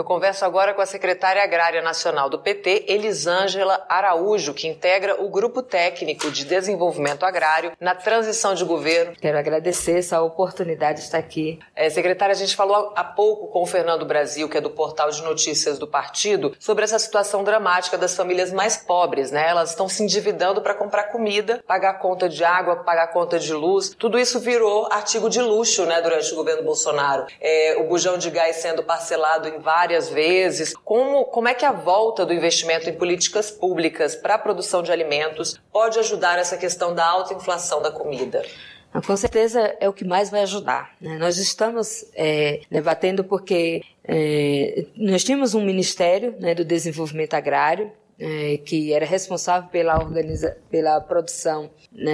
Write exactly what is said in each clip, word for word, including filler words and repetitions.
converso agora com a secretária agrária nacional do P T, Elisângela Araújo, que integra o Grupo Técnico de Desenvolvimento Agrário na transição de governo. Quero agradecer essa oportunidade de estar aqui. É, secretária, a gente falou há pouco com o Fernando Brasil, que é do portal de notícias do partido, sobre essa situação dramática das famílias mais pobres, né? Elas estão se endividando para comprar comida, pagar conta de água, pagar conta de luz. Tudo isso virou artigo de luxo, né, durante o governo Bolsonaro. É, o bujão de gás sendo parcelado em várias vezes. Como, como é que a volta do investimento em políticas públicas para a produção de alimentos pode ajudar essa questão da alta inflação da comida? Com certeza é o que mais vai ajudar, né? Nós estamos é, debatendo porque é, nós tínhamos um Ministério, né, do Desenvolvimento Agrário, É, que era responsável pela, organiza- pela produção,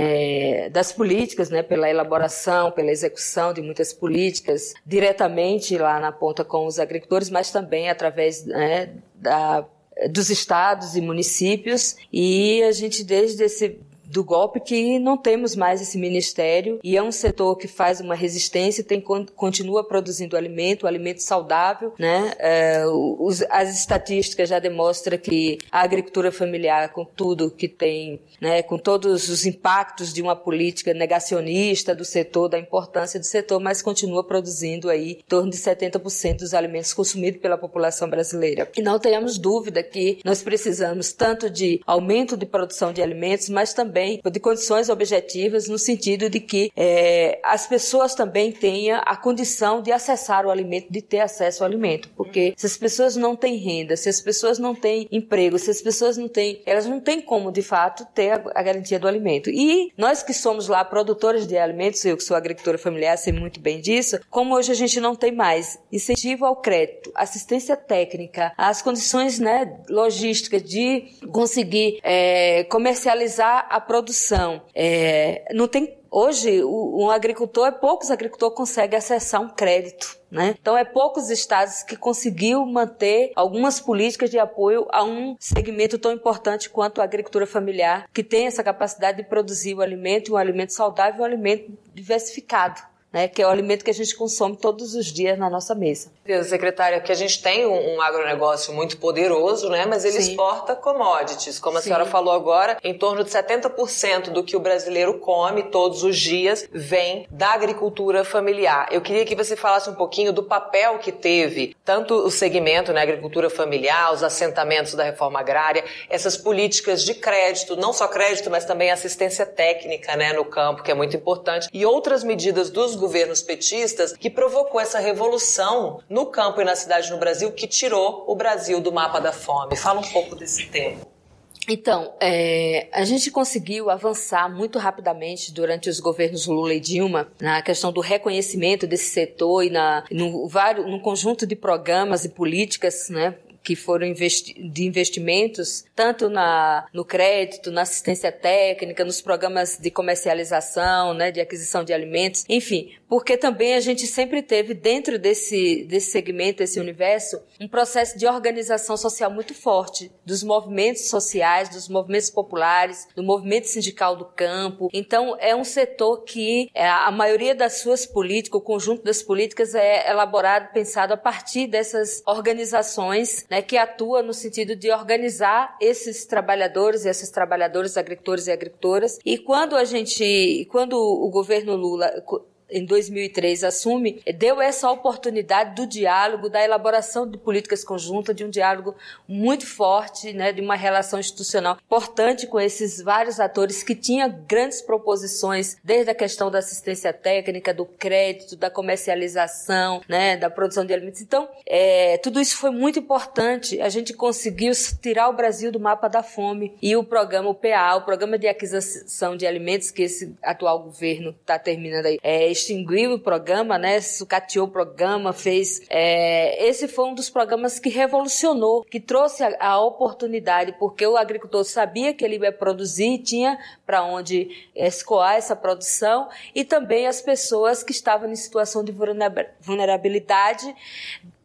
né, das políticas, né, pela elaboração, pela execução de muitas políticas, diretamente lá na ponta com os agricultores, mas também através, né, da, dos estados e municípios. E a gente, desde esse do golpe, que não temos mais esse ministério, e é um setor que faz uma resistência, tem, continua produzindo alimento, alimento saudável, né? É, os, as estatísticas já demonstram que a agricultura familiar, com tudo que tem, né, com todos os impactos de uma política negacionista do setor, da importância do setor, mas continua produzindo aí em torno de setenta por cento dos alimentos consumidos pela população brasileira. E não tenhamos dúvida que nós precisamos tanto de aumento de produção de alimentos, mas também de condições objetivas, no sentido de que é, as pessoas também tenham a condição de acessar o alimento, de ter acesso ao alimento. Porque se as pessoas não têm renda, se as pessoas não têm emprego, se as pessoas não têm, elas não têm como, de fato, ter a, a garantia do alimento. E nós que somos lá produtores de alimentos, eu que sou agricultora familiar, sei muito bem disso, como hoje a gente não tem mais incentivo ao crédito, assistência técnica, as condições, né, logísticas de conseguir é, comercializar a produção. É, não tem, hoje, o, um agricultor, poucos agricultores conseguem acessar um crédito, né? Então, é poucos estados que conseguiu manter algumas políticas de apoio a um segmento tão importante quanto a agricultura familiar, que tem essa capacidade de produzir o alimento, um alimento saudável, um alimento diversificado, né, que é o alimento que a gente consome todos os dias na nossa mesa. Secretária, que a gente tem um, um agronegócio muito poderoso, né, mas ele Sim. exporta commodities, como a Sim. senhora falou agora, em torno de setenta por cento do que o brasileiro come todos os dias vem da agricultura familiar. Eu queria que você falasse um pouquinho do papel que teve tanto o segmento, né, agricultura familiar, os assentamentos da reforma agrária, essas políticas de crédito, não só crédito, mas também assistência técnica, né, no campo, que é muito importante, e outras medidas dos governos petistas que provocou essa revolução no campo e na cidade no Brasil, que tirou o Brasil do mapa da fome. Fala um pouco desse tema. Então, é, a gente conseguiu avançar muito rapidamente durante os governos Lula e Dilma na questão do reconhecimento desse setor e na, no, vários, no conjunto de programas e políticas, né, que foram investi- de investimentos, tanto na, no crédito, na assistência técnica, nos programas de comercialização, né, de aquisição de alimentos, enfim, porque também a gente sempre teve dentro desse, desse segmento, desse universo, um processo de organização social muito forte, dos movimentos sociais, dos movimentos populares, do movimento sindical do campo. Então, é um setor que é, a maioria das suas políticas, o conjunto das políticas é elaborado, pensado a partir dessas organizações, né, que atua no sentido de organizar esses trabalhadores e essas trabalhadoras, agricultores e agricultoras. E quando a gente, quando o governo Lula, em dois mil e três, assume, deu essa oportunidade do diálogo, da elaboração de políticas conjuntas, de um diálogo muito forte, né, de uma relação institucional importante com esses vários atores que tinham grandes proposições, desde a questão da assistência técnica, do crédito, da comercialização, né, da produção de alimentos. Então, é, tudo isso foi muito importante. A gente conseguiu tirar o Brasil do mapa da fome, e o programa, o P A, o Programa de Aquisição de Alimentos, que esse atual governo está terminando aí, é, extinguiu o programa, né, sucateou o programa, fez... É, esse foi um dos programas que revolucionou, que trouxe a, a oportunidade, porque o agricultor sabia que ele ia produzir e tinha para onde escoar essa produção, e também as pessoas que estavam em situação de vulnerabilidade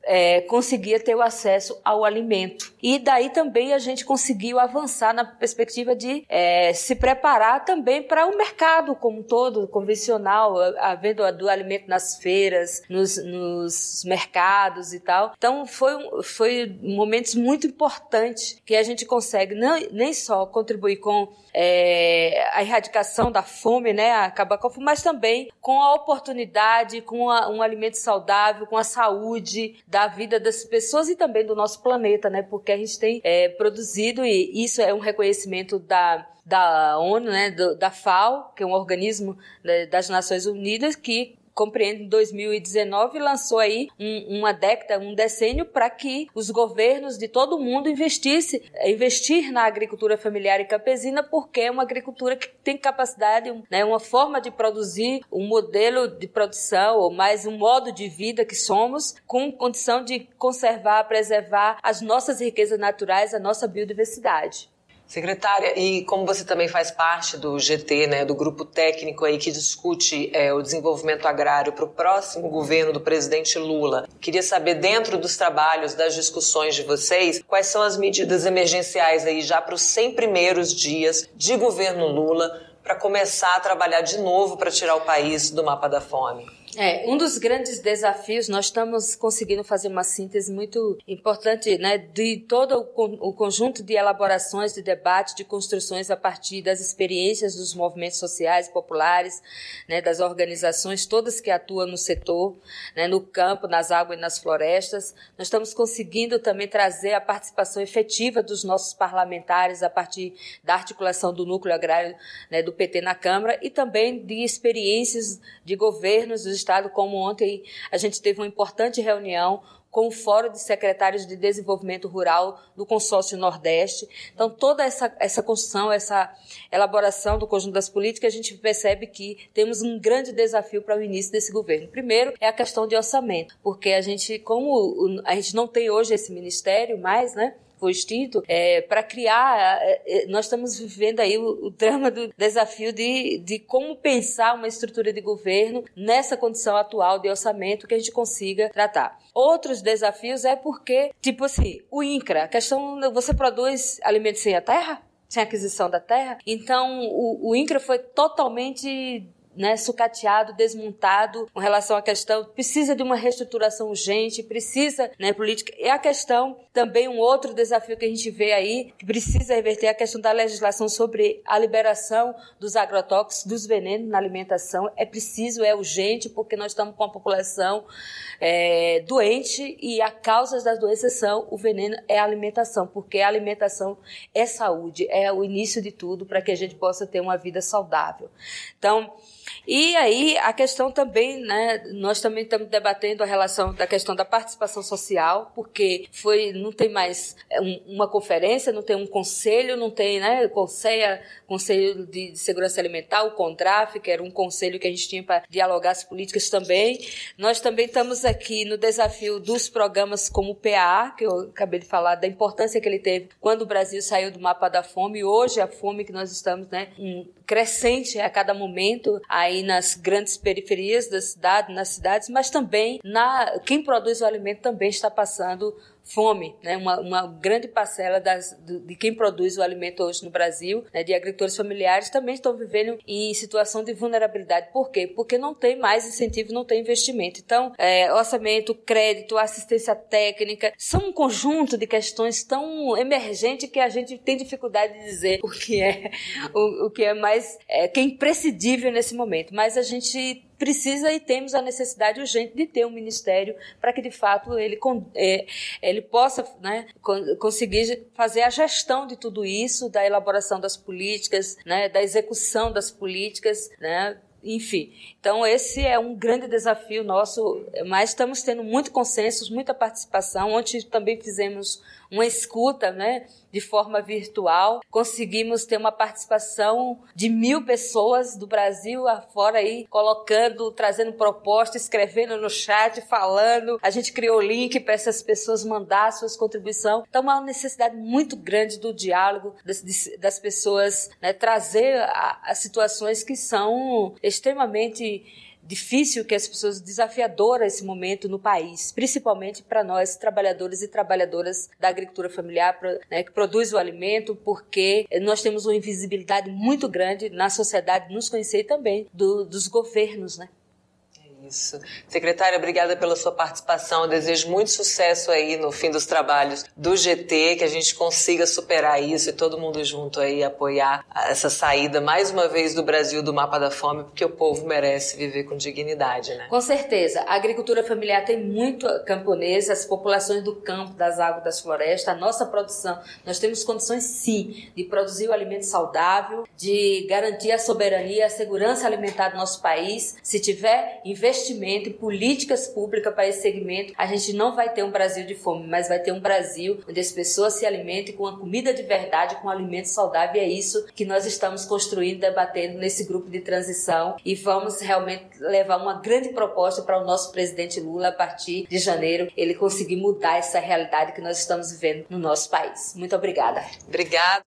É, conseguia ter o acesso ao alimento. E daí também a gente conseguiu avançar na perspectiva de é, se preparar também para o mercado como um todo, convencional, a venda do alimento nas feiras, nos, nos mercados e tal. Então foi, foi momentos muito importantes que a gente consegue não, nem só contribuir com é, a erradicação da fome, né, acabar com a fome, mas também com a oportunidade, com a, um alimento saudável, com a saúde da vida das pessoas e também do nosso planeta, né? Porque a gente tem é, produzido, e isso é um reconhecimento da, da ONU, né? Do, da FAO, que é um organismo, né, das Nações Unidas, que compreende, em dois mil e dezenove, lançou aí um, uma década, um decênio, para que os governos de todo o mundo investissem, investir na agricultura familiar e campesina, porque é uma agricultura que tem capacidade, né, uma forma de produzir, um modelo de produção, ou mais um modo de vida que somos, com condição de conservar, preservar as nossas riquezas naturais, a nossa biodiversidade. Secretária, e como você também faz parte do G T, né, do grupo técnico aí que discute é, o desenvolvimento agrário para o próximo governo do presidente Lula, queria saber, dentro dos trabalhos, das discussões de vocês, quais são as medidas emergenciais aí já para os cem primeiros dias de governo Lula, para começar a trabalhar de novo para tirar o país do mapa da fome? É, um dos grandes desafios, nós estamos conseguindo fazer uma síntese muito importante, né, de todo o, o conjunto de elaborações, de debate, de construções a partir das experiências dos movimentos sociais, populares, né, das organizações todas que atuam no setor, né, no campo, nas águas e nas florestas. Nós estamos conseguindo também trazer a participação efetiva dos nossos parlamentares a partir da articulação do núcleo agrário, né, do P T na Câmara, e também de experiências de governos dos Estado, como ontem a gente teve uma importante reunião com o Fórum de Secretários de Desenvolvimento Rural do Consórcio Nordeste. Então, toda essa, essa construção, essa elaboração do conjunto das políticas, a gente percebe que temos um grande desafio para o início desse governo. Primeiro, é a questão de orçamento, porque a gente, como a gente não tem hoje esse ministério mais, né, foi extinto, é, para criar, é, nós estamos vivendo aí o, o drama do desafio de, de como pensar uma estrutura de governo nessa condição atual de orçamento que a gente consiga tratar. Outros desafios é porque, tipo assim, o INCRA, a questão, você produz alimentos sem a terra? Sem aquisição da terra? Então, o, o INCRA foi totalmente, né, sucateado, desmontado com relação à questão, precisa de uma reestruturação urgente, precisa, né, política. E a questão, também um outro desafio que a gente vê aí, que precisa reverter, é a questão da legislação sobre a liberação dos agrotóxicos, dos venenos na alimentação. É preciso, é urgente, porque nós estamos com a população é, doente, e a causa das doenças são o veneno, é a alimentação, porque a alimentação é saúde, é o início de tudo para que a gente possa ter uma vida saudável. Então, e aí a questão também, né, nós também estamos debatendo a relação da questão da participação social, porque foi, não tem mais um, uma conferência, não tem um conselho, não tem, né, conselho, conselho de, de segurança alimentar, o CONDRAF, que era um conselho que a gente tinha para dialogar as políticas também. Nós também estamos aqui no desafio dos programas como o P A A, que eu acabei de falar, da importância que ele teve quando o Brasil saiu do mapa da fome, e hoje a fome que nós estamos, né, um crescente a cada momento, aí nas grandes periferias da cidade, nas cidades, mas também na, quem produz o alimento também está passando fome, né? Uma, uma grande parcela das, de quem produz o alimento hoje no Brasil, né, de agricultores familiares, também estão vivendo em situação de vulnerabilidade. Por quê? Porque não tem mais incentivo, não tem investimento. Então, é, orçamento, crédito, assistência técnica, são um conjunto de questões tão emergentes que a gente tem dificuldade de dizer o que é, o, o que é mais, é, que é imprescindível nesse momento. Mas a gente precisa e temos a necessidade urgente de ter um ministério para que, de fato, ele, é, ele possa, né, conseguir fazer a gestão de tudo isso, da elaboração das políticas, né, da execução das políticas, né, enfim. Então, esse é um grande desafio nosso, mas estamos tendo muito consenso, muita participação. Ontem também fizemos uma escuta, né, de forma virtual. Conseguimos ter uma participação de mil pessoas do Brasil afora aí, colocando, trazendo propostas, escrevendo no chat, falando. A gente criou link para essas pessoas mandar suas contribuições. Então, uma necessidade muito grande do diálogo das, das pessoas, né, trazer as situações que são extremamente difícil, que as pessoas desafiadora esse momento no país, principalmente para nós trabalhadores e trabalhadoras da agricultura familiar, né, que produz o alimento, porque nós temos uma invisibilidade muito grande na sociedade, nos conhecer e também do, dos governos, né? Isso. Secretária, obrigada pela sua participação. Eu desejo muito sucesso aí no fim dos trabalhos do G T, que a gente consiga superar isso e todo mundo junto aí apoiar essa saída, mais uma vez, do Brasil do mapa da fome, porque o povo merece viver com dignidade, né? Com certeza. A agricultura familiar tem muito camponesa, as populações do campo, das águas, das florestas, a nossa produção. Nós temos condições, sim, de produzir o alimento saudável, de garantir a soberania, a segurança alimentar do nosso país. Se tiver investimento investimento e políticas públicas para esse segmento, a gente não vai ter um Brasil de fome, mas vai ter um Brasil onde as pessoas se alimentem com uma comida de verdade, com um alimento saudável. E é isso que nós estamos construindo, debatendo nesse grupo de transição, e vamos realmente levar uma grande proposta para o nosso presidente Lula a partir de janeiro, ele conseguir mudar essa realidade que nós estamos vivendo no nosso país. Muito obrigada. Obrigada.